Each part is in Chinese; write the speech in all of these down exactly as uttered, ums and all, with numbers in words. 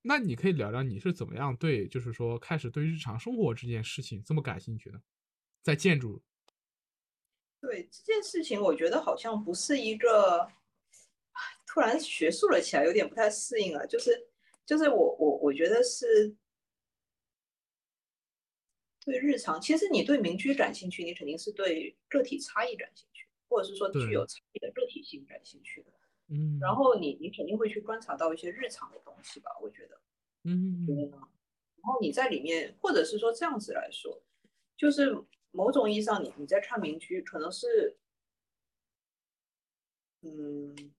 那你可以聊聊你是怎么样对，就是说开始对日常生活这件事情这么感兴趣的？在建筑。 对这件事情，我觉得好像不是一个突然学术了起来，有点不太适应了。就是就是我我我觉得是对日常，其实你对民居感兴趣，你肯定是对个体差异感兴趣，或者是说具对。 有差异的个体性感兴趣的。然嗯后你你肯定会去观察到一些日常的东西吧，我觉得，你觉得嗯呢？然后你在里面，或者是说这样子来说，就是某种意义上你，你在看民居，可能是嗯，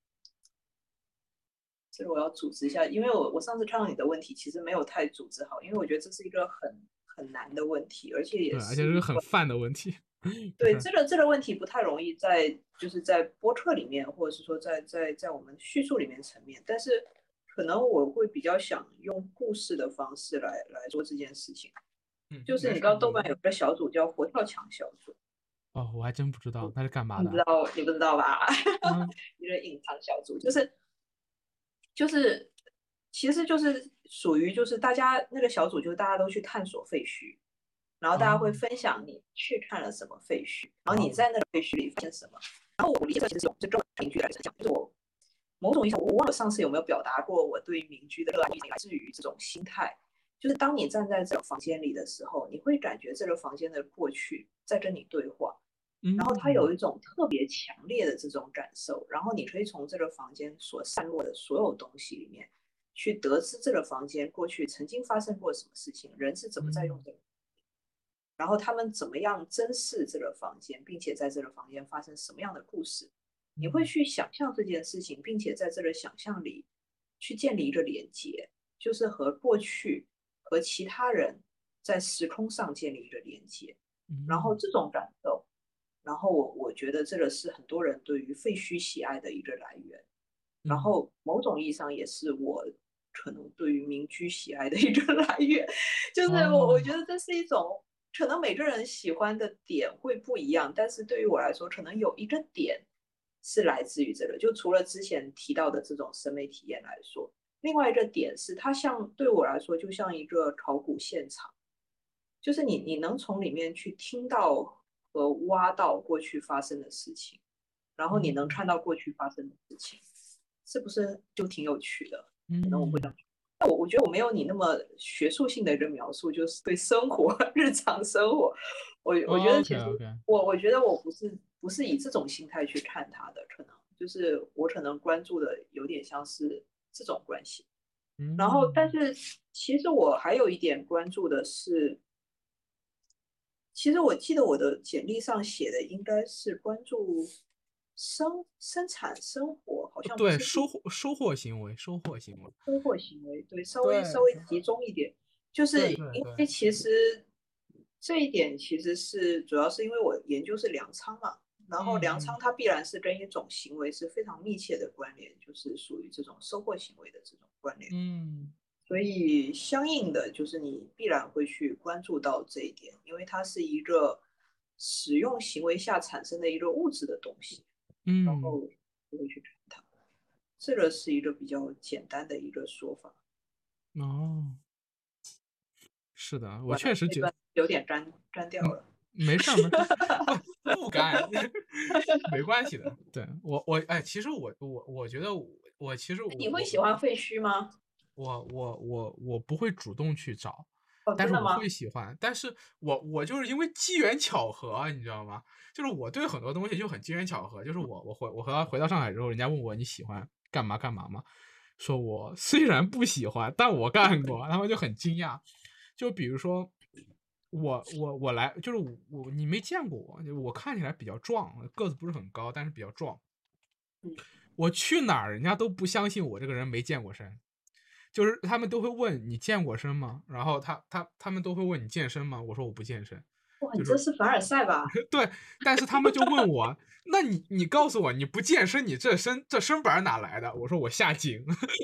这个我要组织一下，因为我我上次看到你的问题，其实没有太组织好，因为我觉得这是一个很很难的问题，而且也对，而且是个很是一个泛的问题。不对是。 这个这个问题不太容易在就是在播客里面，或者是说在在在我们叙述里面层面，但是可能我会比较想用故事的方式来来做这件事情。 嗯， 就是你知道没事， 豆瓣有个小组叫佛跳墙小组， 哦，我还真不知道那是干嘛你知的。 道你不知道吧？ 嗯。 一个隐藏小组，就是就是其实就是属于就是大家那个小组就是大家都去探索废墟，然后大家会哦。 分享你去看了什么废墟，然后哇哦。 你在那个废墟里发现什么。然后我理解这其实是就跟邻居来讲，就是我某种意义上我忘了上次有没有表达过我对邻居的热爱来自于这种心态。就是当你站在这个房间里的时候，你会感觉这个房间的过去在跟你对话，然后它嗯有一种特别强烈的这种感受，然后你可以从这个房间所散落的所有东西里面，去得知这个房间过去曾经发生过什么事情，人是怎么在用嗯这个，然后他们怎么样珍视这个房间，并且在这个房间发生什么样的故事，你会嗯去想象这件事情，并且在这个想象里去建立一个连接，就是和过去和其他人在时空上建立一个连接，然后嗯这种感受。然后我我觉得这个是很多人对于废墟喜爱的一个来源，然嗯后某种意义上也是我可能对于民居喜爱的一个来源，就是我我哦。 觉得这是一种可能每个人喜欢的点会不一样，但是对于我来说，可能有一个点是来自于这个，就除了之前提到的这种审美体验来说，另外一个点是它像对我来说就像一个考古现场。就是你你能从里面去听到和挖到过去发生的事情，然后你能嗯看到过去发生的事情，是不是就挺有趣的？ 嗯。 我我觉得我没有你那么学术性的一个描述，就是对生活日常生活，我我觉得 ，OK 其实 OK。 我我觉得我不是不是以这种心态去看它的，可能就是我可能关注的有点像是这种关系。然后，但嗯。 是其实我还有一点关注的是，其实我记得我的简历上写的应该是关注生生产生活，好像不对， 是地收获收获行为，收获行为。 收获行为，对，稍微稍对微集中一点，就是对对对。 因为其实这一点其实是主要是因为我研究是粮仓嘛，然后粮仓嗯嗯它必然是跟一种行为是非常密切的关联，就是属于这种收获行为的这种关联。 嗯所以相应的就是你必然会去关注到这一点，因为它是一个使用行为下产生的一个物质的东西，然嗯。 后就会去看它。这个是一个比较简单的一个说法。 哦，是的，我完了， 确实觉。 这段有点干干掉嗯， 了。 没事儿没事儿。不不干。没关系的。对，我我哎，其实我我我觉得我我其实我你会喜我欢废墟吗？ 我我我我不会主动去找， 哦， 但是我会真的吗？ 喜欢。但是我我就是因为机缘巧合啊，你知道吗？就是我对很多东西就很机缘巧合。就是我我回我回到回到上海之后，人家问我你喜欢干嘛干嘛吗？说我虽然不喜欢，但我干过，他们就很惊讶。就比如说我我我来，就是我我你没见过我，就我看起来比较壮，个子不是很高，但是比较壮。 嗯， 我去哪儿，人家都不相信我这个人没见过身。就是他们都会问你健过身吗？然后他他他们都会问你健身吗？我说我不健身。 哇，你就是这是凡尔赛吧？ 对，但是他们就问我，那你你告诉我你不健身，你这身这身板哪来的？我说我下井。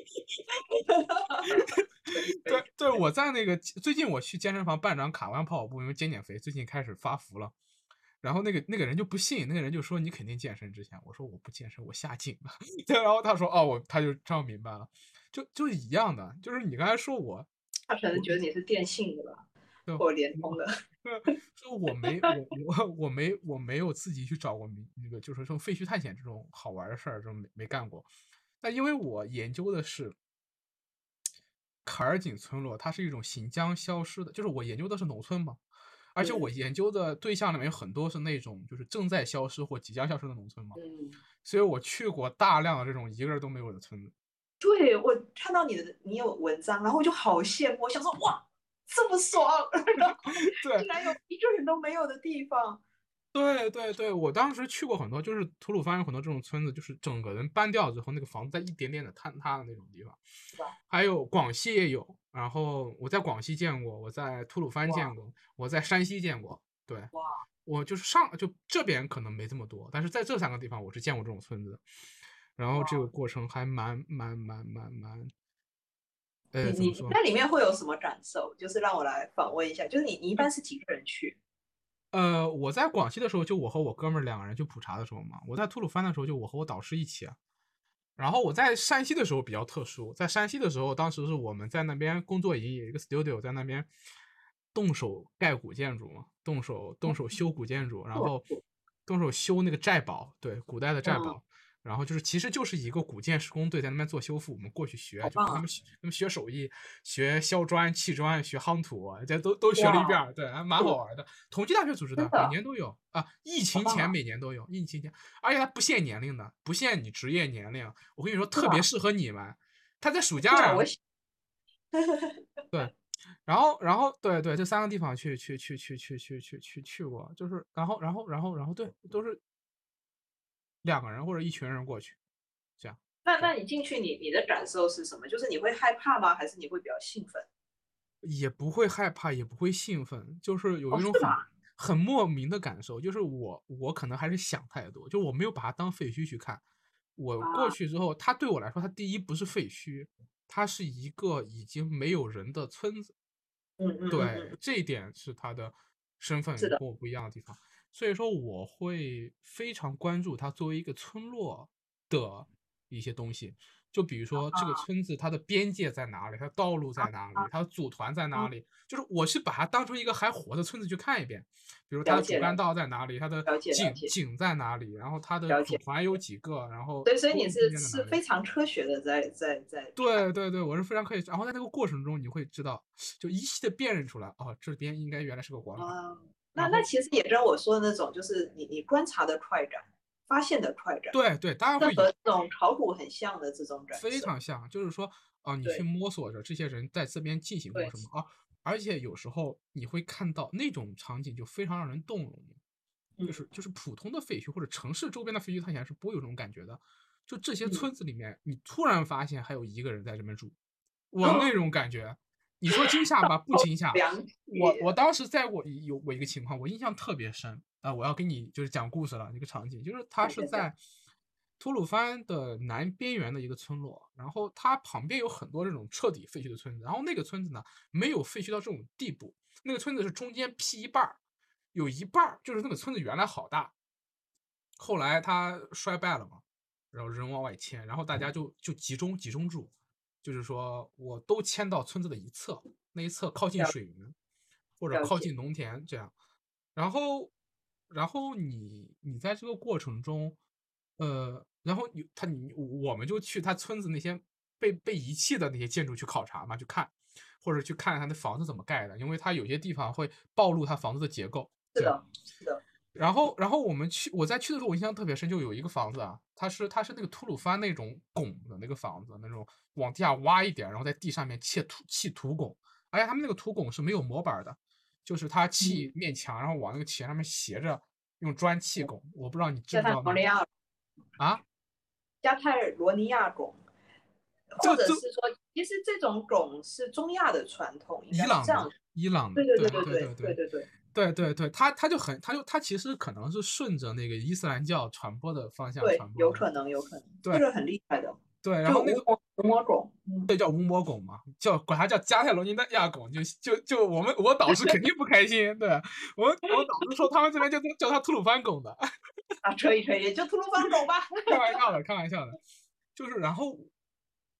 可以可以。 对对，我在那个最近我去健身房办张卡，我想跑跑步，因为减减肥，最近开始发福了。然后那个那个人就不信，那个人就说你肯定健身之前，我说我不健身，我下井了。对，然后他说哦，我他就这样明白了。 就就一样的，就是你刚才说我， 他可能我觉得你是电信的吧， 就或联通我的。 说我没我我我没我没有自己去找过明那个就是说废墟探险这种好玩的事儿，这种没没干过。但因为我研究的是坎儿井村落，它是一种行将消失的，就是我研究的是农村嘛，而且我嗯研究的对象里面有很多是那种就是正在消失或即将消失的农村嘛， 嗯， 所以我去过大量的这种一个人都没有的村子。 对，我看到你的你有文章，然后我就好羡慕，我想说哇，这么爽，然后对， 竟然有一个人都没有的地方。 对对对，我当时去过很多，就是吐鲁番有很多这种村子，就是整个人搬掉之后，那个房子在一点点的坍塌的那种地方。 是吧？ 还有广西也有，然后我在广西见过，我在吐鲁番见哇过，我在山西见过。对， 哇， 我就是上就这边可能没这么多，但是在这三个地方我是见过这种村子的。然后这个哇！ 过程还蛮蛮蛮蛮蛮， 你呃，怎么说？ 你你在里面会有什么感受？就是让我来访问一下，就是你你一般是几个人去？ 呃，我在广西的时候，就我和我哥们儿两个人去普查的时候嘛。我在吐鲁番的时候，就我和我导师一起啊。然后我在山西的时候比较特殊，在山西的时候，当时是我们在那边工作营，有一个 studio 在那边动手盖古建筑嘛，动手动手修古建筑，然后动手修那个寨堡，对，古代的寨嗯， 堡。然后就是其实就是一个古建施工队在那边做修复，我们过去学，就好棒啊！ 跟他们学他们学手艺，学削砖、砌砖、学夯土，这都都学了一遍哇， 儿，对，还蛮好玩的。同济大学组织的，每真的年都有啊，疫情前好棒啊！ 每年都有，疫情前，而且它不限年龄的，不限你职业年龄。我跟你说， 是吧？ 特别适合你们。他在暑假对啊， 呀、 我对，然后然后对对，这三个地方去去去去去去去去去过，就是然后然后然后然后对，都是两个人或者一群人过去，这样。对。 那那你进去你你的感受是什么？就是你会害怕吗？还是你会比较兴奋？ 也不会害怕，也不会兴奋，就是有哦， 一种很是吗？ 很莫名的感受，就是我我可能还是想太多，就我没有把它当废墟去看。我过啊， 去之后，它对我来说，它第一不是废墟，它是一个已经没有人的村子。 嗯嗯嗯对， 嗯， 这一点是它的身份是的， 跟我不一样的地方。所以说我会非常关注它作为一个村落的一些东西。就比如说这个啊村子它的边界在哪里，它的道路啊在哪里， 啊， 它的组团在哪嗯， 里，就是我是把它当成一个还活的村子去看一遍。比如它的主干了解了道在哪里，它的了解了解井井在哪里，然后它的了解。 组团有几个，然后对，所以你沟通空是是间在哪里。 非常科学的在在在看。 对对对，我是非常可以。然后在那个过程中，你会知道，就依稀的辨认出来，哦，这边应该原来是个广场。 啊，那然后， 那其实也跟我说的那种，就是你你观察的快感，发现的快感， 对对，当然会有， 那和这种考古很像的这种感受。 非常像，就是说，啊、你去对摸索着这些人在这边进行过对， 什么啊，而且有时候你会看到那种场景就非常让人动容，就嗯是就是普通的废墟或者城市周边的废墟探险是不会有这种感觉的。就这些嗯， 村子里面，你突然发现还有一个人在这边住，我那哦， 种感觉，你说惊吓吧？不惊吓。 了解。 我我当时在过有过一个情况，我印象特别深啊、我要给你就是讲故事了。一个场景就是他讲讲讲， 是在吐鲁番的南边缘的一个村落，然后它旁边有很多这种彻底废墟的村子，然后那个村子呢没有废墟到这种地步，那个村子是中间劈一半儿，有一半儿就是那个村子原来好大，后来它衰败了嘛，然后人往外迁，然后大家就就集中集中住，就是说我都迁到村子的一侧，那一侧靠近了水源或者了解。 靠近农田这样。然后，然后你你在这个过程中，呃，然后你他你我们就去他村子那些被被遗弃的那些建筑去考察嘛，去看，或者去看他的房子怎么盖的，因为他有些地方会暴露他房子的结构，这样。 是的，是的， 然后，然后我们去，我在去的时候，我印象特别深，就有一个房子啊，它是它是那个吐鲁番那种拱的那个房子，那种往地下挖一点，然后在地上面砌土砌土拱，而且他们那个土拱是没有模板的，就是它砌嗯， 面墙，然后往那个墙上面斜着用砖砌拱。我不知道你知加泰不知道那个罗尼亚啊？ 加泰罗尼亚拱，或这这者是说，其实这种拱是中亚的传统，应伊朗的， 该是这样。 伊朗的， 对对对对对对对对对对对对， 对对对，他他就很，他就他其实可能是顺着那个伊斯兰教传播的方向对， 传播的。 有可能有可能，这对个很厉害的， 对，然后那个就无模无模拱。嗯， 对，叫无魔拱嘛，叫管它叫加泰罗尼亚拱，就就就我们我导师肯定不开心，对，我我导师说他们这边就叫他吐鲁番拱的， 啊，可以可以，就吐鲁番拱吧。 开玩笑的，开玩笑的，就是然后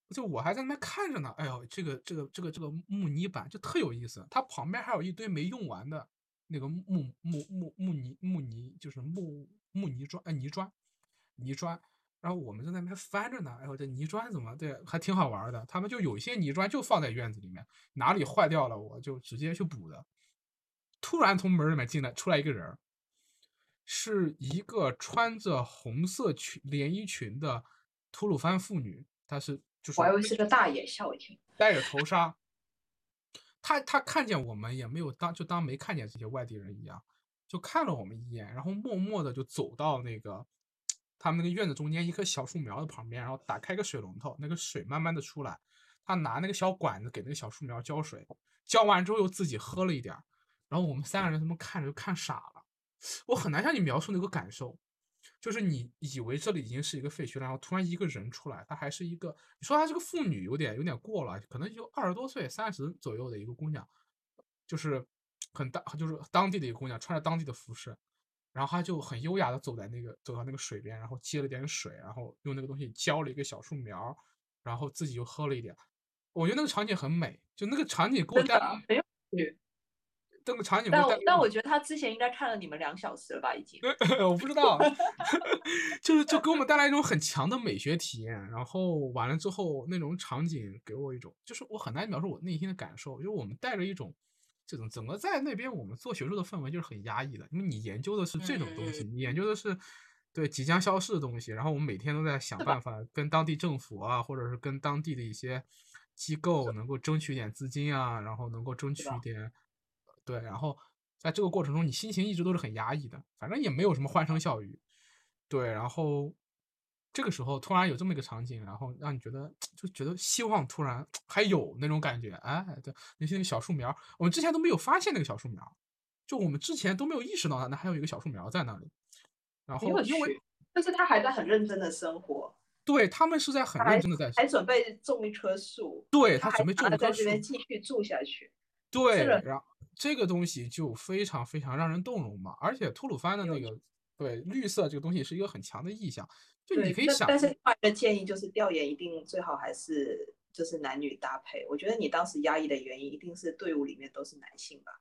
就我还在那边看着呢，哎呦，这个这个这个这个木泥板就特有意思，它旁边还有一堆没用完的那个木木木木泥木泥，就是木木泥砖，哎，泥砖泥砖。然后我们在那边翻着呢，哎呦，这泥砖怎么对，还挺好玩的。他们就有一些泥砖就放在院子里面，哪里坏掉了我就直接去补的。突然从门里面进来出来一个人，是一个穿着红色裙连衣裙的吐鲁番妇女，她是就是我还以为是个大爷，吓我一跳。 戴着头纱。她她看见我们也没有当就当没看见这些外地人一样，就看了我们一眼，然后默默的就走到那个他们那个院子中间一棵小树苗的旁边，然后打开个水龙头，那个水慢慢的出来，他拿那个小管子给那个小树苗浇水，浇完之后又自己喝了一点，然后我们三个人他们看着就看傻了。我很难向你描述那个感受，就是你以为这里已经是一个废墟了，然后突然一个人出来，她还是一个，你说她是个妇女，有点有点过了，可能就二十多岁、三十左右的一个姑娘，就是很当就是当地的一个姑娘，穿着当地的服饰，然后她就很优雅的走在那个走到那个水边，然后接了点水，然后用那个东西浇了一个小树苗，然后自己又喝了一点。我觉得那个场景很美，就那个场景给我带来真的啊很有趣。 这个场景给我但带来一种我但我觉得他之前应该看了你们两小时了吧，已经。 我不知道，就是就给我们带来一种很强的美学体验，然后完了之后那种场景给我一种，就是我很难描述我内心的感受，就是我们带着一种这种整个在那边我们做学术的氛围就是很压抑的，因为你研究的是这种东西， 嗯， 你研究的是对即将消逝的东西，然后我们每天都在想是吧？ 办法跟当地政府啊，或者是跟当地的一些机构能够争取点资金啊，然后能够争是吧？ 取点对，然后在这个过程中，你心情一直都是很压抑的，反正也没有什么欢声笑语。对，然后这个时候突然有这么一个场景，然后让你觉得就觉得希望突然还有那种感觉，哎，对，那些那个小树苗，我们之前都没有发现那个小树苗，就我们之前都没有意识到它，那还有一个小树苗在那里。然很后因为有趣。但是他还在很认真的生活， 对他们是在很他还认真的在， 还准备种一棵树，他还对他准备种想要在这边一棵树， 继续住下去，这对， 个然后这个东西就非常非常让人动容嘛，而且吐鲁番的很有趣。 那个对绿色这个东西是一个很强的意象，就你对， 可以想， 但但是另外一个建议就是调研一定最好还是就是男女搭配。我觉得你当时压抑的原因一定是队伍里面都是男性吧？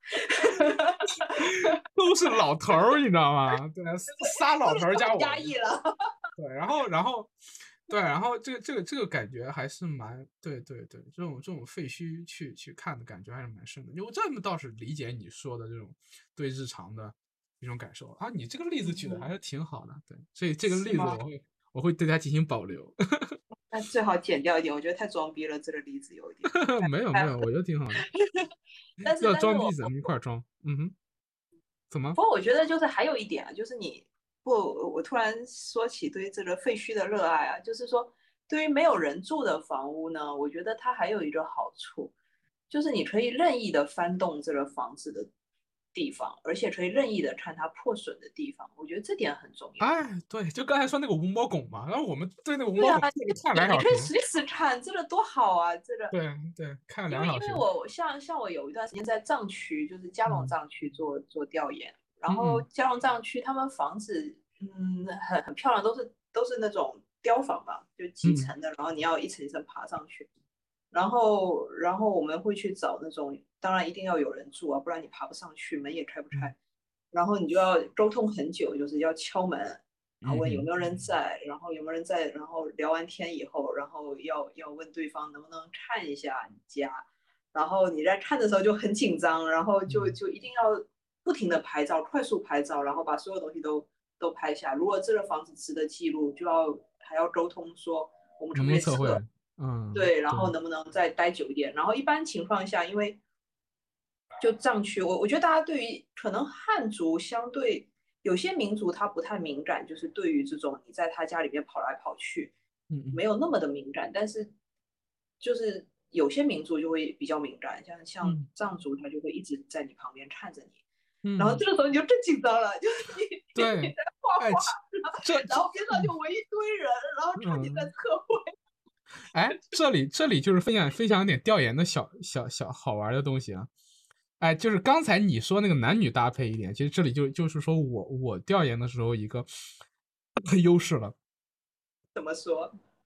都是老头儿，你知道吗？对，仨老头儿加我， 压抑了。 对，然后然后对，然后这个这个这个感觉还是蛮对对对，这种这种废墟去去看的感觉还是蛮深的。我这么倒是理解你说的这种对日常的一种感受啊，你这个例子举的还嗯， 是挺好的，对，所以这个是吗？ 例子我会我会对它进行保留。 那最好剪掉一点，我觉得太装逼了，这个例子有一点。 没有没有，我觉得挺好的， 但是，但是我要装逼咱们一块儿装。嗯哼，怎么？ 不过我觉得就是还有一点啊，就是你不，我突然说起对这个废墟的热爱啊，就是说对于没有人住的房屋呢，我觉得它还有一个好处，就是你可以任意的翻动这个房子的地方，而且可以任意的看它破损的地方，我觉得这点很重要。 哎，对，就刚才说那个吴魔拱嘛，然后我们对那个吴对啊， 魔拱看了看你你两小时， 可以随时看，这个多好啊！这个， 对对，看了因为因为两小时。 我像像我有一段时间在藏区，就是加隆嗯藏区做做调研，然后嗯嗯加隆藏区他们房子嗯很很漂亮，都是都是那种雕房嘛，就几嗯层的，然后你要一层一层爬上去，然后然后我们会去找那种，当然一定要有人住啊，不然你爬不上去，门也开不嗯开，然后你就要沟通很久，就是要敲门，然后嗯哼问有没有人在，然后有没有人在，然后聊完天以后，然后要要问对方能不能看一下你家，然后你在看的时候就很紧张，然后就嗯， 就一定要不停的拍照，快速拍照，然后把所有东西都都拍下。如果这个房子值得记录，就要还要沟通说我们可能不可以撤， 不能测绘？嗯， 对，然对， 后能不能再待久一点。然后一般情况下，因为就藏区，我我觉得大家对于可能汉族相对有些民族他不太敏感，就是对于这种你在他家里面跑来跑去， 嗯嗯没有那么的敏感，但是就是有些民族就会比较敏感，像像嗯藏族他就会一直在你旁边看着你，然后嗯， 这个时候你就更紧张了，就是你你你对， 在画哎， 画， 其这这， 然后边上就围一堆人，然后看你在嗯， 测绘。 哎，这里这里就是分享分享一点调研的小小小好玩的东西啊。哎，就是刚才你说那个男女搭配一点，其实这里就就是说我我调研的时候一个优势了。 怎么说？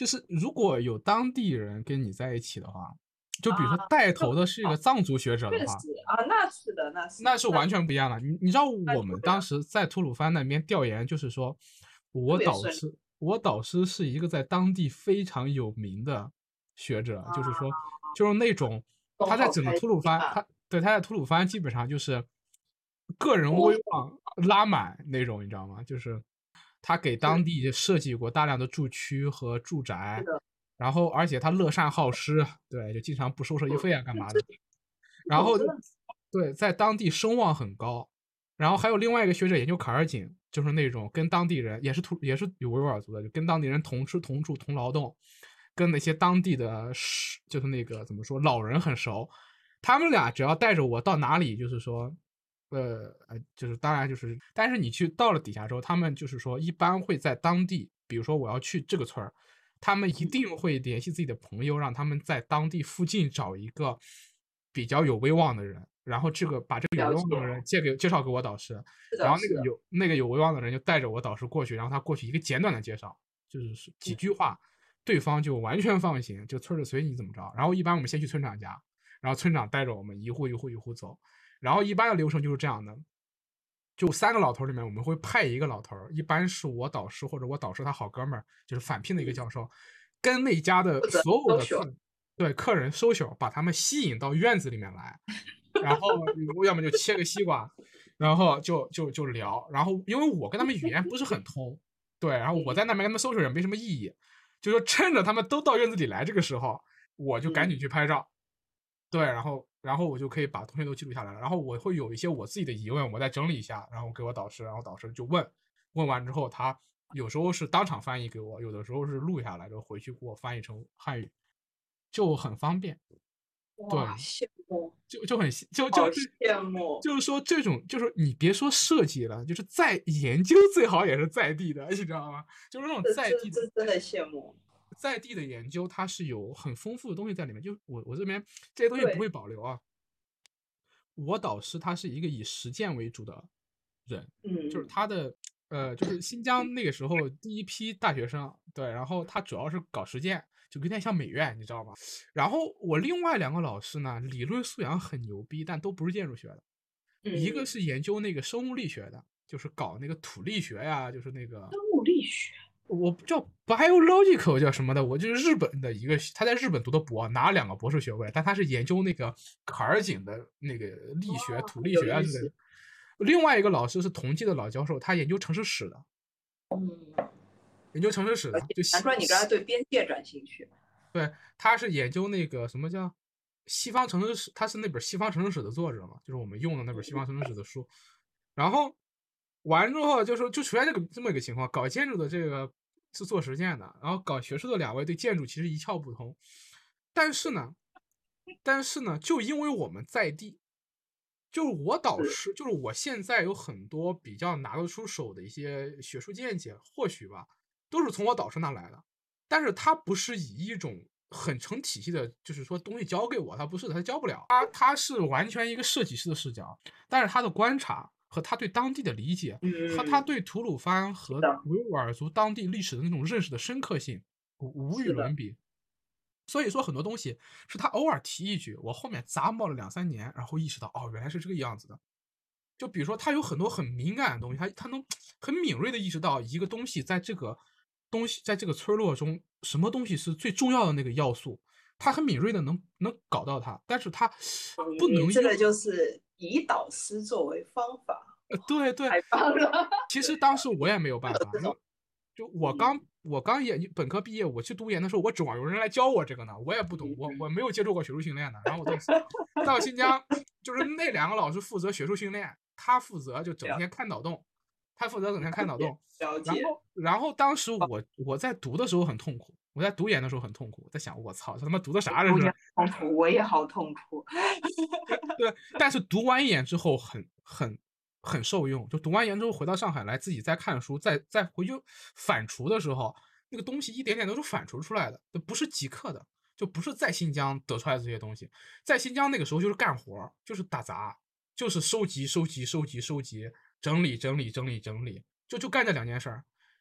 就是如果有当地人跟你在一起的话，就比如说啊， 带头就的是一个藏族学者的确话， 实啊，那是的，那是那是完那全不一样的。你你知道那我们当就不一样， 时在吐鲁番那边调研，就是说我特别顺利导师我导师是一个在当地非常有名的学者，就是啊， 说就是那种都他在整个好开心吐鲁番， 啊！ 他对他在吐鲁番基本上就是个人威我望拉满那种，你知道吗？就是他给当是地设计过大量的住区和住宅， 是的， 然后而且他乐善好施，对，就经常不收社不业费啊，干嘛的。 这这然后就种真的对，在当地声望很高。然后还有另外一个学者研究卡尔井，就是那种跟当地人也是土也是有维吾尔族的，就跟当地人同吃同住同劳动，跟那些当地的就是那个怎么说老人很熟。他们俩只要带着我到哪里，就是说，呃呃，就是当然就是，但是你去到了底下之后，他们就是说一般会在当地，比如说我要去这个村儿，他们一嗯定会联系自己的朋友，让他们在当地附近找一个比较有威望的人，然后这个把这个有威了解， 望的人介给介绍给我导师， 是的， 然后那个是的， 有那个有威望的人就带着我导师过去，然后他过去一个简短的介绍，就是几句嗯话，对方就完全放心，就村儿里随你怎么着。然后一般我们先去村长家，然后村长带着我们一户一户一户走，然后一般的流程就是这样的。就三个老头里面，我们会派一个老头，一般是我导师或者我导师他好哥们儿，就是返聘的一个嗯， 教授，跟那家的负责所有的 social， 客对客人 social，把他们吸引到院子里面来，然后要么就切个西瓜，然后就就就聊，然后因为我跟他们语言不是很通，对，然后我嗯在那边跟他们 social 也没什么意义，就说趁着他们都到院子里来这个时候，我就赶嗯， 紧去拍照，对，然后然后我就可以把东西都记录下来了。然后我会有一些我自己的疑问，我再整理一下，然后给我导师，然后导师就问，问完之后他有时候是当场翻译给我，有的时候是录下来之后回去给我翻译成汉语，就很方便。 哇， 对， 羡慕， 就就很就就好就羡慕， 就是说这种就是你别说设计了，就是在研究最好也是在地的，你知道吗？就是那种这这在地的这真的羡慕， 在地的研究，它是有很丰富的东西在里面。就我我这边这些东西不对， 会保留啊。我导师他是一个以实践为主的人，就是嗯， 他的呃，就是新疆那个时候第一批大学生，对，然后他主要是搞实践，就有点像美院，你知道吗？然后我另外两个老师呢，理论素养很牛逼，但都不是建筑学的，一个嗯， 是研究那个生物力学的，就是搞那个土力学呀，就是那个生物力学， 我不叫 biological 叫什么的，我就是日本的一个，他在日本读的博，拿了两个博士学位，但他是研究那个卡尔井的那个力学、 哇， 土力有意思， 学啊之类的。另外一个老师是同济的老教授，他研究城市史的， 嗯， 研究城市史的， 而且就难怪你刚才西西对边界感兴趣， 对，他是研究那个什么叫西方城市史，他是那本西方城市史的作者嘛，就是我们用的那本西方城市史的书。然后完之后就说就出现这个这么一个情况，搞建筑的这个是做实践的，然后搞学术的两位对建筑其实一窍不通。但是呢，但是呢，就因为我们在地，就是我导是， 师，就是我现在有很多比较拿得出手的一些学术见解，或许吧，都是从我导师那来的。但是他不是以一种很成体系的，就是说东西交给我，他不是的，他教不了。他他是完全一个设计师的视角，但是他的观察和他对当地的理解，和他嗯， 对吐鲁番和是的， 维吾尔族当地历史的那种认识的深刻性，无无与是的， 伦比。所以说很多东西是他偶尔提一句，我后面咂摸了两三年，然后意识到，哦，原来是这个样子的。就比如说他有很多很敏感的东西，他他能很敏锐的意识到一个东西在这个东西在这个村落中，什么东西是最重要的那个要素，他很敏锐的能能搞到它，但是他不你能用。 这个就是以导师作为方法， 呃，对对， 太棒了， 其实当时我也没有办法，就有这种， 就我嗯刚我刚研本科毕业，我去读研的时候，我指望有人来教我这个呢，我也不懂，我嗯我没有接受过学术训练的。然后我到到新疆，就是那两个老师负责学术训练，他负责就整了天看脑洞，他负责整天看脑解洞。 了解， 然后然后当时我我在读的时候很痛苦，我在读研的时候很痛苦，我在想我操，这他妈读的啥这是？ 我也痛苦，我也好痛苦， 对，但是读完研之后很很很受用。就读完研之后回到上海来，自己再看书，再再回去反刍的时候，那个东西一点点都是反刍出来的，不是即刻的，就不是在新疆得出来的这些东西。在新疆那个时候就是干活，就是打杂，就是收集、收集、收集、收集，整理、整理、整理、整理，就就干这两件事儿。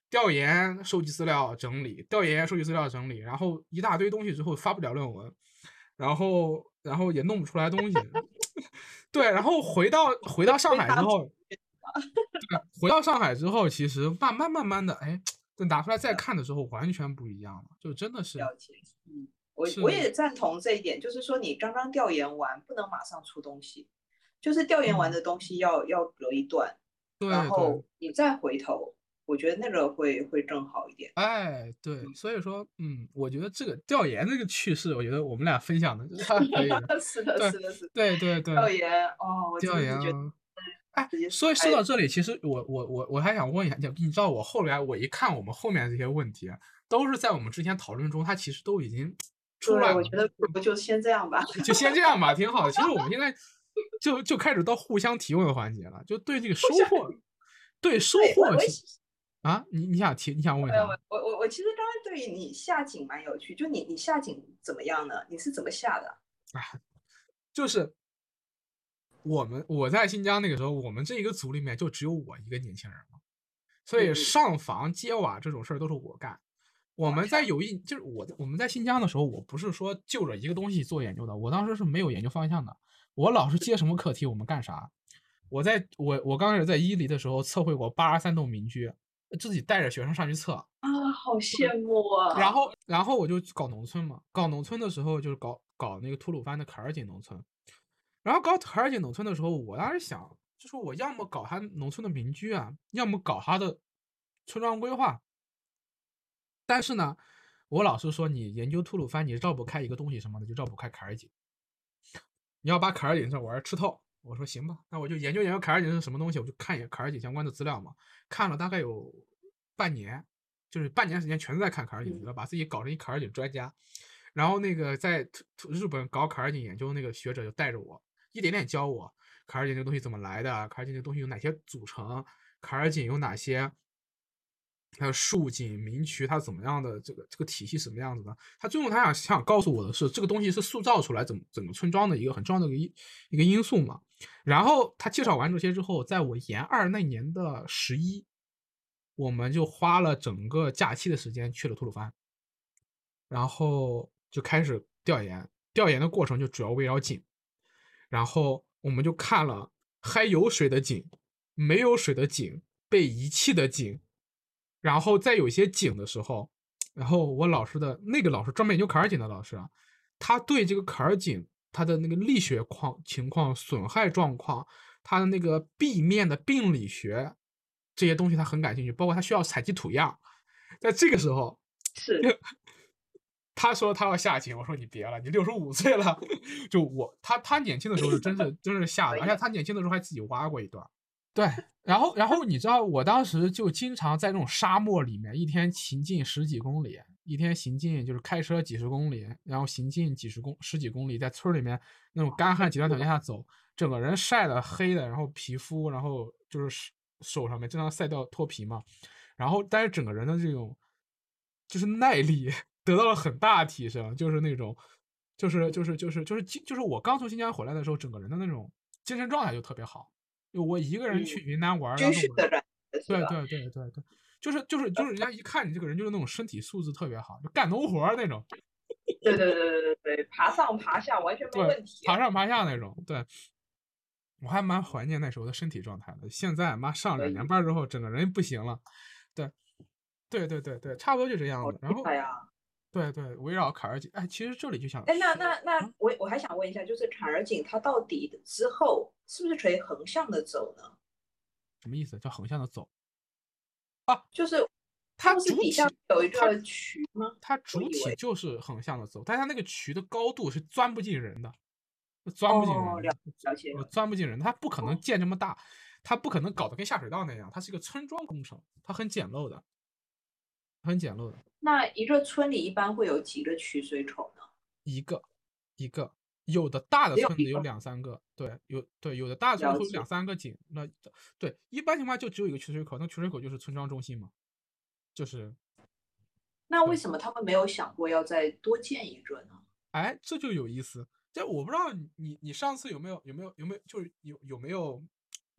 调研、收集资料、整理，调研、收集资料、整理，然后一大堆东西之后发不了论文，然后然后也弄不出来东西。对，然后回到回到上被他海之后，对，回到上海之后，其实慢慢慢慢的，哎，等拿出来再看的时候，完全不一样了，就真的是了解，嗯，我我是， 也赞同这一点，就是说你刚刚调研完，不能马上出东西，就是调研完嗯， 的东西要要隔一段，然对对。 后你再回头，我觉得那个会会更好一点。 哎，对， 嗯， 所以说，嗯，我觉得这个调研这个趣事，我觉得我们俩分享的就是还可以的。 是的， 对， 是的，是的， 对对对， 调研哦，我真调的是觉得研啊。哎， 直接是所以说太到这里，其实我我我我还想问一下，你你知道我后来我一看我们后面这些问题啊，都是在我们之前讨论中，它其实都已经出对， 来了。 我觉得不如就先这样吧。 就先这样吧，挺好的。其实我们现在就就开始到互相提问的环节了，就对这个收获，对收对我获是我其实啊，你你想提你想问呃啥？ 我我我其实刚刚对于你下井蛮有趣，就你你下井怎么样呢？你是怎么下的啊？ 就是我们我在新疆那个时候，我们这一个组里面就只有我一个年轻人嘛，所以嗯嗯， 上房揭瓦这种事儿都是我干。我们在哇塞， 有一就是我我们在新疆的时候，我不是说就着一个东西做研究的，我当时是没有研究方向的，我老是接什么课题我们干啥。我在我我刚开始在伊犁的时候测绘过八十三栋民居，自己带着学生上去测， 啊，好羡慕啊！ 然后然后我就搞农村嘛，搞农村的时候就是搞搞那个吐鲁番的坎儿井农村。然后搞坎儿井农村的时候，我当时想，就是我要么搞他农村的民居啊，要么搞他的村庄规划。但是呢，我老师说你研究吐鲁番，你绕不开一个东西什么的，就绕不开坎儿井。你要把坎儿井这玩意儿吃透。我说行吧，那我就研究研究坎儿井是什么东西，我就看一眼坎儿井相关的资料嘛，看了大概有半年，就是半年时间全都在看坎儿井资嗯， 料，把自己搞成一坎儿井专家。然后那个在日本搞坎儿井研究那个学者就带着我，一点点教我坎儿井这个东西怎么来的，坎儿井这个东西有哪些组成，坎儿井有哪些，还有竖井、明渠，它怎么样的这个这个体系什么样子的？他最后他想想告诉我的是，这个东西是塑造出来整整个村庄的一个很重要的一个一个因素嘛。然后他介绍完这些之后，在我研二那年的十一，我们就花了整个假期的时间去了吐鲁番，然后就开始调研。调研的过程就主要围绕井，然后我们就看了还有水的井、没有水的井、被遗弃的井，然后在有些井的时候，然后我老师的那个老师专门研究坎儿井的老师啊，他对这个坎儿井它的那个力学况情况、损害状况，它的那个壁面的病理学这些东西他很感兴趣，包括他需要采集土样。在这个时候， 是他说他要下井，我说你别了，你六十五岁了。就我他他年轻的时候是真是真是下的，而且可以的。 他年轻的时候还自己挖过一段。对，然后然后你知道，我当时就经常在那种沙漠里面，一天行进十几公里，一天行进就是开车几十公里，然后行进几十公十几公里，在村里面那种干旱极端条件下走，整个人晒的黑的，然后皮肤，然后就是手上面经常晒掉脱皮嘛，然后但是整个人的这种就是耐力得到了很大提升，就是那种就是就是就是就是就是我刚从新疆回来的时候，整个人的那种精神状态就特别好。就我一个人去嗯， 云南玩军当时我训的感觉是吧？ 对对对对对，就是就是就是人家一看你这个人就是那种身体素质特别好，就干农活儿那种。 对对对对对对，爬上爬下完全没对， 问题。 爬上爬下那种。对，我还蛮怀念那时候的身体状态的。现在妈上两年可以， 班之后，整个人不行了。对对对对对，差不多就这样好子。然后厉害啊！ 对对，围绕坎儿井，哎，其实这里就想哎，那说那那啊， 我我还想问一下，就是坎儿井它到底之后是不是可以横向的走呢？ 什么意思？叫横向的走啊？ 就是它它不是底下主体它有一个渠吗？ 它主我以为。 体就是横向的走，但它那个渠的高度是钻不进人的。钻不进哦， 人的， 了了解呃， 了。 钻不进人的，它不可能哦， 建这么大，它不可能搞得跟下水道那样，它是一个村庄工程，它很简陋的，很简陋的。 那一个村里一般会有几个取水口呢？ 一个一个，有的大的村子有只有一个。 两三个，对，有对有的大的村子会有两了解。 三个井，那对一般情况下就只有一个取水口，那取水口就是村庄中心嘛，就是对。 那为什么他们没有想过要再多建一个呢？ 哎，这就有意思。这我不知道你你你上次有没有有没有有没有就是有有没有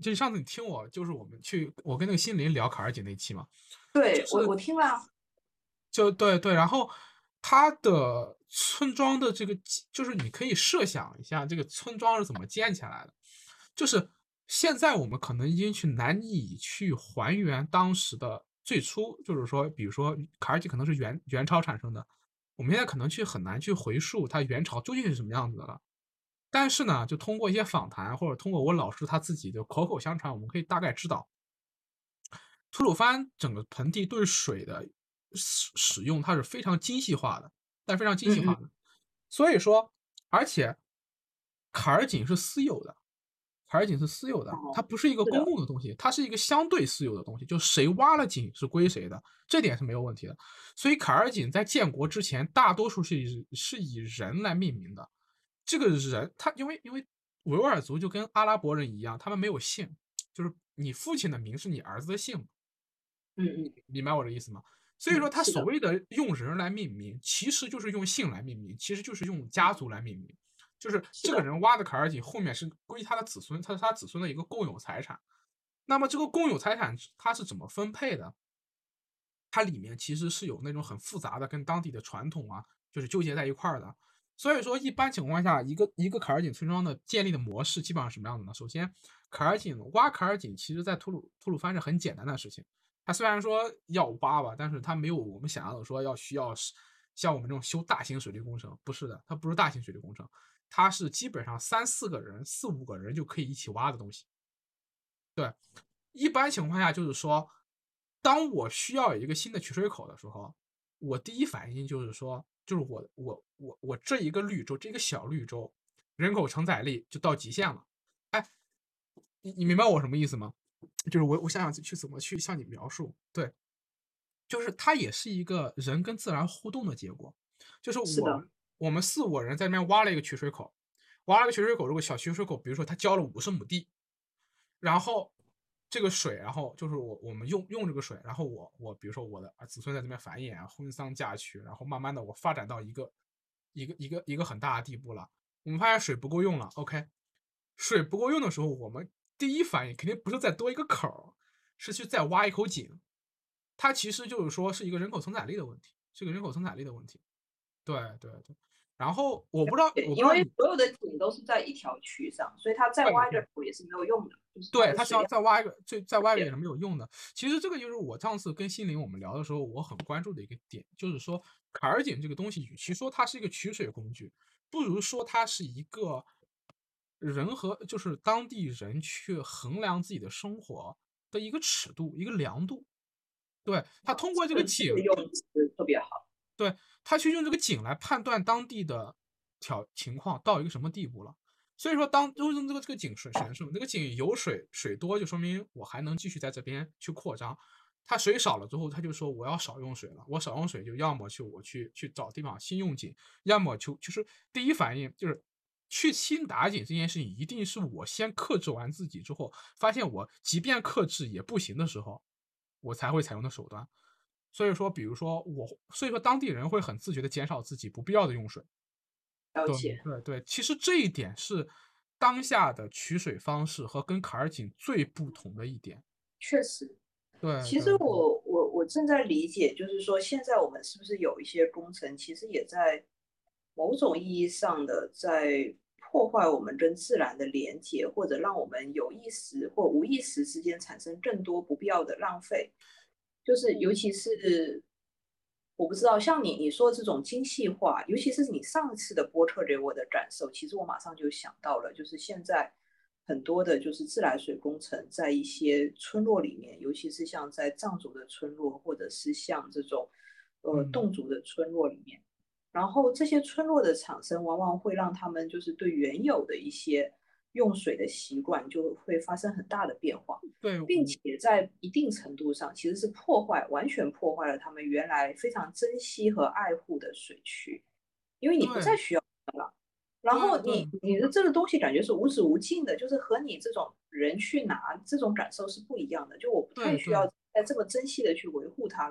就是上次你听我，就是我们去我跟那个心灵聊卡尔井那期嘛，就对，我是我听了。 就对对，然后它的村庄的这个就是你可以设想一下这个村庄是怎么建起来的，就是现在我们可能已经去难以去还原当时的最初，就是说，比如说卡尔基可能是元元朝产生的，我们现在可能去很难去回溯它元朝究竟是什么样子的了。但是呢，就通过一些访谈，或者通过我老师他自己的口口相传，我们可以大概知道，吐鲁番整个盆地对水的使使用，它是非常精细化的，但非常精细嗯嗯。 化的。所以说，而且卡尔井是私有的，卡尔井是私有的，它哦， 不是一个公是的。 共的东西，它是一个相对私有的东西，就谁挖了井是归谁的，这点是没有问题的。所以卡尔井在建国之前，大多数是以是以人来命名的。这个人，他因为因为维吾尔族就跟阿拉伯人一样，他们没有姓，就是你父亲的名是你儿子的姓， 嗯嗯。 明白我的意思吗？所以说， 嗯，是的。 他所谓的用人来命名，其实就是用姓来命名，其实就是用家族来命名。就是这个是的。 人挖的卡尔井，后面是归他的子孙，他是他子孙的一个共有财产。那么这个共有财产它是怎么分配的？它里面其实是有那种很复杂的，跟当地的传统啊，就是纠结在一块儿的。所以说，一般情况下，一个一个卡尔井村庄的建立的模式基本上是什么样的呢？首先，卡尔井挖卡尔井，其实在吐鲁吐鲁番是很简单的事情。它虽然说要挖吧，但是它没有我们想象的说要需要像我们这种修大型水利工程，不是的，它不是大型水利工程，它是基本上三四个人、四五个人就可以一起挖的东西。对，一般情况下就是说，当我需要有一个新的取水口的时候，我第一反应就是说，就是我我我我这一个绿洲，这个小绿洲，人口承载力就到极限了。哎，你你明白我什么意思吗？就是我我想想去怎么去向你描述，对，就是它也是一个人跟自然互动的结果。就是是的。 我们我们四五人在那边挖了一个取水口，挖了个取水口，如果小取水口，比如说它浇了五十亩地，然后这个水，然后就是我我们用用这个水，然后我我比如说我的子孙在这边繁衍啊，婚丧嫁娶，然后慢慢的我发展到一个一个一个一个很大的地步了，我们发现水不够用了，OK，水不够用的时候，我们第一反应肯定不是再多一个口，是去再挖一口井。它其实就是说是一个人口承载力的问题，是个人口承载力的问题。对对对。然后我不知道， 对，因我不知道你为所有的井都是在一条渠上，所以它再挖一个对对口也是没有用的，就是它对，他需要的水量再挖一个，再再挖一个也减。 是没有用的。其实这个就是我上次跟心灵我们聊的时候，我很关注的一个点，就是说卡尔井这个东西，与其说它是一个取水工具，不如说它是一个人和就是当地人去衡量自己的生活的一个尺度，一个量度。对，他通过这个这这个井， 用词特别好。 对，他去用这个井来判断当地的条情况到一个什么地步了。所以说当为什么这个这个井水神圣，这个井有水水多，就说明我还能继续在这边去扩张。它水少了之后，他就说我要少用水了，我少用水就要么去我去去找地方新用井，要么就就是第一反应就是去新打井这件事情，一定是我先克制完自己之后，发现我即便克制也不行的时候，我才会采用的手段。所以说，比如说我，所以说当地人会很自觉的减少自己不必要的用水。对了解。 对对，其实这一点是当下的取水方式和跟卡尔井最不同的一点。 确实。其实对对对我我我正在理解，就是说现在我们是不是有一些工程，其实也在某种意义上的在破坏我们跟自然的连接，或者让我们有意识或无意识之间产生更多不必要的浪费。就是尤其是我不知道，像你你说这种精细化，尤其是你上次的播客给我的感受，其实我马上就想到了，就是现在很多的就是自来水工程在一些村落里面，尤其是像在藏族的村落，或者是像这种呃嗯， 侗族的村落里面，然后这些村落的产生，往往会让他们就是对原有的一些用水的习惯就会发生很大的变化。 对， 并我且在一定程度上其实是破坏，完全破坏了他们原来非常珍惜和爱护的水区，因为你不再对需要它了。然后你对对你的这个东西感觉是无止无尽的，就是和你这种人去拿这种感受是不一样的。就我不太需要对对再这么珍惜的去维护它了。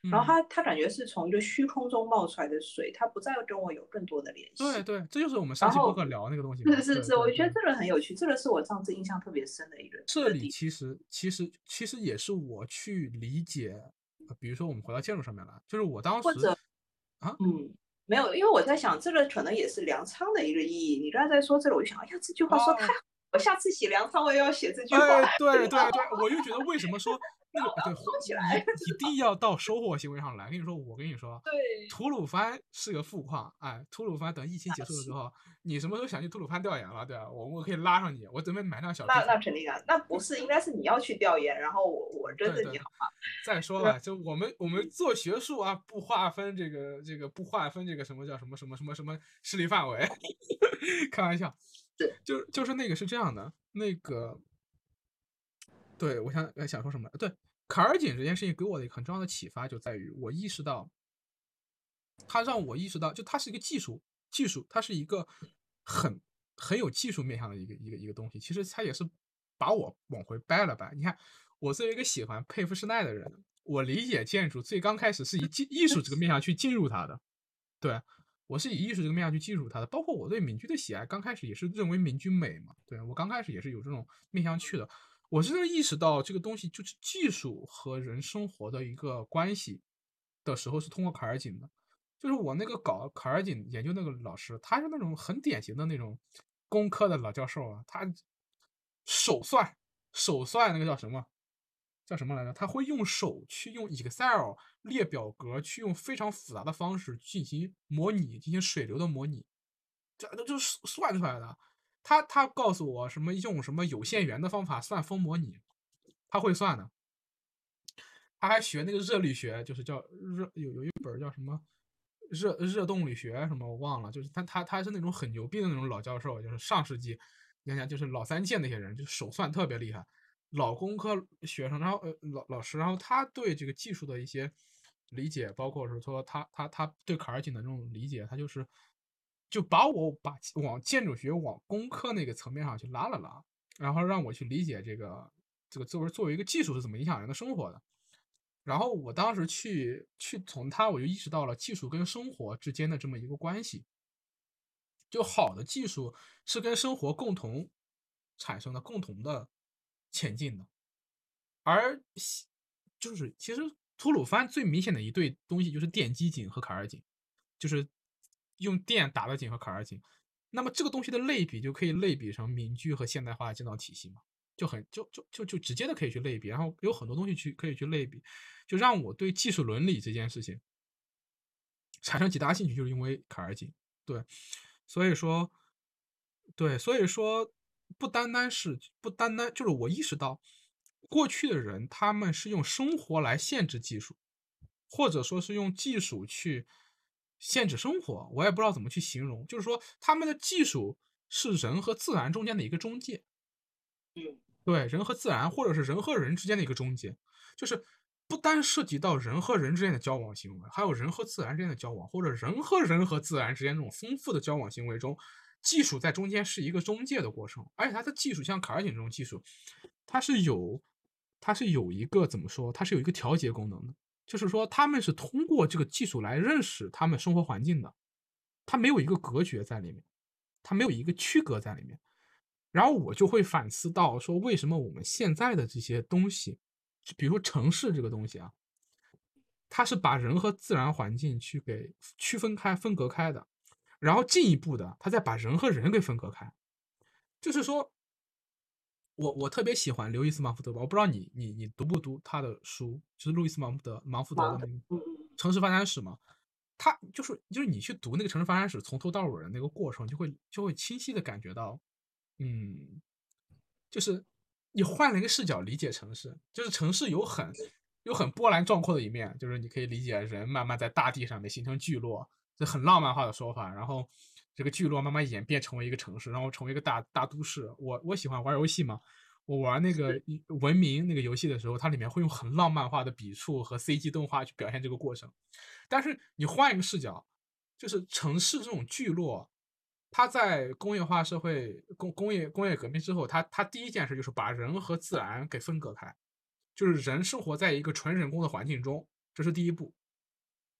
然后嗯， 它它感觉是从一个虚空中冒出来的水，它不再跟我有更多的联系。 对对，这就是我们上然后期播客聊那个东西嘛。 是是是， 对对对， 我觉得这个很有趣，这个是我上次印象特别深的一个一这里个地其实其实其实也是我去理解，呃比如说我们回到建筑上面来，就是我当时或者啊嗯，没有，因为我在想，这个可能也是粮仓的一个意义。你刚才在说这个，我就想，哎呀，这句话说太哦， 好，我下次写粮仓我也要写这句话， 哎，对然后对对，我就觉得为什么说那个对， 说起一来， 一定要到收获行为上来。跟你说，我跟你说， 对， 吐鲁番是个富矿，哎，吐鲁番等疫情结束的时是候，你什么时候想去吐鲁番调研了，对吧？我我可以拉上你，我准备买辆小皮那那卡。 肯定啊，那不是，应该是你要去调研，然后我我跟对对对， 着你好吗？ 再说对， 了，就我们我们做学术啊，不划分这个这个不划分这个什么叫什么什么什么什么势力范围，开玩笑， 是， 就就是那个是这样的，那个对，我想呃想说什么？对，卡尔锦这件事情给我的一个很重要的启发就在于，我意识到，它让我意识到，就它是一个技术，技术，它是一个很很有技术面向的一个一个一个东西。其实它也是把我往回掰了掰。你看，我作为一个喜欢佩夫施耐的人，我理解建筑最刚开始是以技艺术这个面向去进入它的。对，我是以艺术这个面向去进入它的，包括我对民居的喜爱，刚开始也是认为民居美嘛，对，我刚开始也是有这种面向去的。我真的意识到这个东西就是技术和人生活的一个关系的时候，是通过卡尔锦的。就是我那个搞卡尔锦研究那个老师，他是那种很典型的那种工科的老教授啊，他手算手算那个叫什么叫什么来着？他会用手去用 Excel 列表格，去用非常复杂的方式进行模拟，进行水流的模拟，这这就是算出来的。他他告诉我什么用什么有限元的方法算风模拟，他会算的。他还学那个热力学，就是叫热有有一本儿叫什么热热动力学什么我忘了，就是他他他是那种很牛逼的那种老教授，就是上世纪，你想想就是老三届那些人，就是手算特别厉害，老工科学生，然后呃老老师，然后他对这个技术的一些理解，包括是说他他他对卡尔锦的这种理解，他就是就把我把往建筑学往工科那个层面上去拉了拉，然后让我去理解这个这个作为作为一个技术是怎么影响人的生活的。然后我当时去去从它，我就意识到了技术跟生活之间的这么一个关系。就好的技术是跟生活共同产生的、共同的前进的，而西就是其实吐鲁番最明显的一对东西就是电机井和卡尔井，就是用电打的井和卡尔井。那么这个东西的类比就可以类比成民居和现代化的建造体系嘛，就很就就就就直接的可以去类比，然后有很多东西去可以去类比，就让我对技术伦理这件事情产生极大兴趣，就是因为卡尔金。对，所以说，对，所以说不单单是不单单就是我意识到，过去的人他们是用生活来限制技术，或者说是用技术去限制生活，我也不知道怎么去形容。就是说，他们的技术是人和自然中间的一个中介。 嗯， 对，人和自然，或者是人和人之间的一个中间，就是不单涉及到人和人之间的交往行为，还有人和自然之间的交往，或者人和人和自然之间这种丰富的交往行为中，技术在中间是一个中介的过程，而且它的技术像卡尔景这种技术，它是有，它是有一个怎么说，它是有一个调节功能的，就是说他们是通过这个技术来认识他们生活环境的，它没有一个隔绝在里面，它没有一个区隔在里面。然后我就会反思到说，为什么我们现在的这些东西，比如说城市这个东西啊，它是把人和自然环境去给区分开、分隔开的，然后进一步的，它再把人和人给分隔开。就是说，我我特别喜欢刘易斯·芒福德吧，我不知道你你你读不读他的书，就是路易斯·芒福德芒福德的忙的， 那个嗯嗯， 《城市发展史》嘛。他就是就是你去读那个城市发展史，从头到尾的那个过程，就会就会清晰的感觉到，嗯，就是你换了一个视角理解城市，就是城市有很有很波澜壮阔的一面，就是你可以理解人慢慢在大地上面形成聚落，这很浪漫化的说法。然后这个聚落慢慢演变成为一个城市，然后成为一个大大都市。我我喜欢玩游戏嘛，我玩那个文明那个游戏的时候，它里面会用很浪漫化的笔触和 C G 动画去表现这个过程。但是你换一个视角，就是城市这种聚落，它在工业化社会、工工业工业革命之后，它它第一件事就是把人和自然给分隔开，就是人生活在一个纯人工的环境中，这是第一步。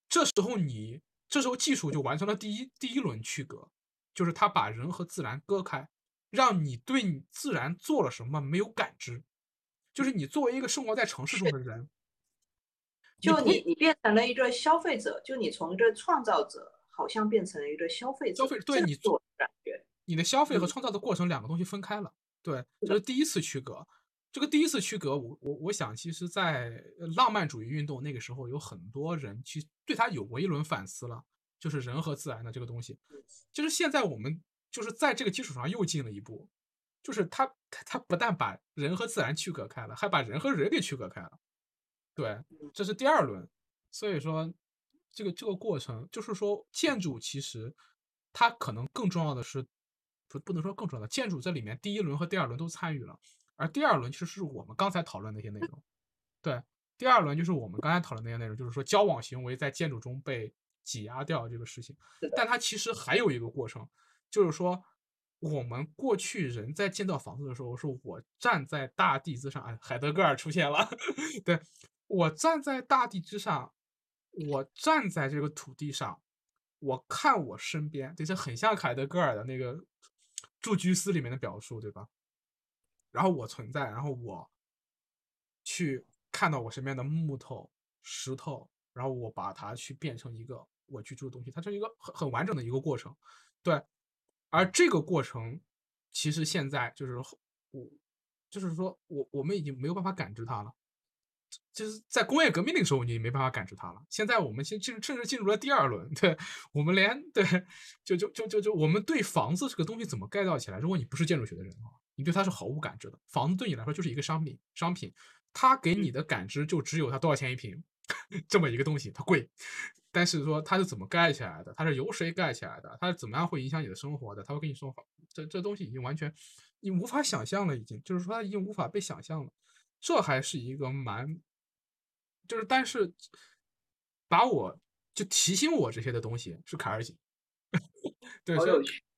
这时候你这时候技术就完成了第一第一轮区隔，就是它把人和自然割开，让你对你自然做了什么没有感知。就是你作为一个生活在城市中的人，你不会就你你变成了一个消费者，就你从一个创造者，好像变成了一个消费消费者， 对你这个是我的感觉。 你的消费和嗯， 创造的过程两个东西分开了。对， 是的， 这是第一次区隔。这个第一次区隔，我我我想，其实在呃浪漫主义运动那个时候，有很多人其实对他有过一轮反思了，就是人和自然的这个东西。就是现在我们就是在这个基础上又进了一步，就是他他他不但把人和自然区隔开了，还把人和人给区隔开了。对， 嗯， 这是第二轮。所以说这个这个过程，就是说建筑其实它可能更重要的是，不不能说更重要的，建筑这里面第一轮和第二轮都参与了，而第二轮其实是我们刚才讨论的那些内容。对，第二轮就是我们刚才讨论那些内容，就是说交往行为在建筑中被挤压掉这个事情。 是的， 但它其实还有一个过程，就是说我们过去人在建造房子的时候，是我站在大地之上，哎，海德格尔出现了，对，我站在大地之上，我站在这个土地上，我看我身边，对，这很像海德格尔的那个《住居斯》里面的表述，对吧？然后我存在，然后我去看到我身边的木头、石头，然后我把它去变成一个我居住的东西，它是一个很很完整的一个过程。对，而这个过程其实现在就是我，就是说我我们已经没有办法感知它了。就是在工业革命那个时候，你没办法感知它了。现在我们现甚甚至进入了第二轮，对，我们连对，就就就就就我们对房子这个东西怎么盖造起来，如果你不是建筑学的人的话，你对它是毫无感知的。房子对你来说就是一个商品，商品，它给嗯， 你的感知就只有它多少钱一平这么一个东西，它贵。但是说它是怎么盖起来的，它是由谁盖起来的，它是怎么样会影响你的生活的，它会跟你说法，这这东西已经完全你无法想象了，已经就是说它已经无法被想象了。这还是一个蛮就是但是把我就提醒我这些的东西是凯尔景。对，所以好有趣。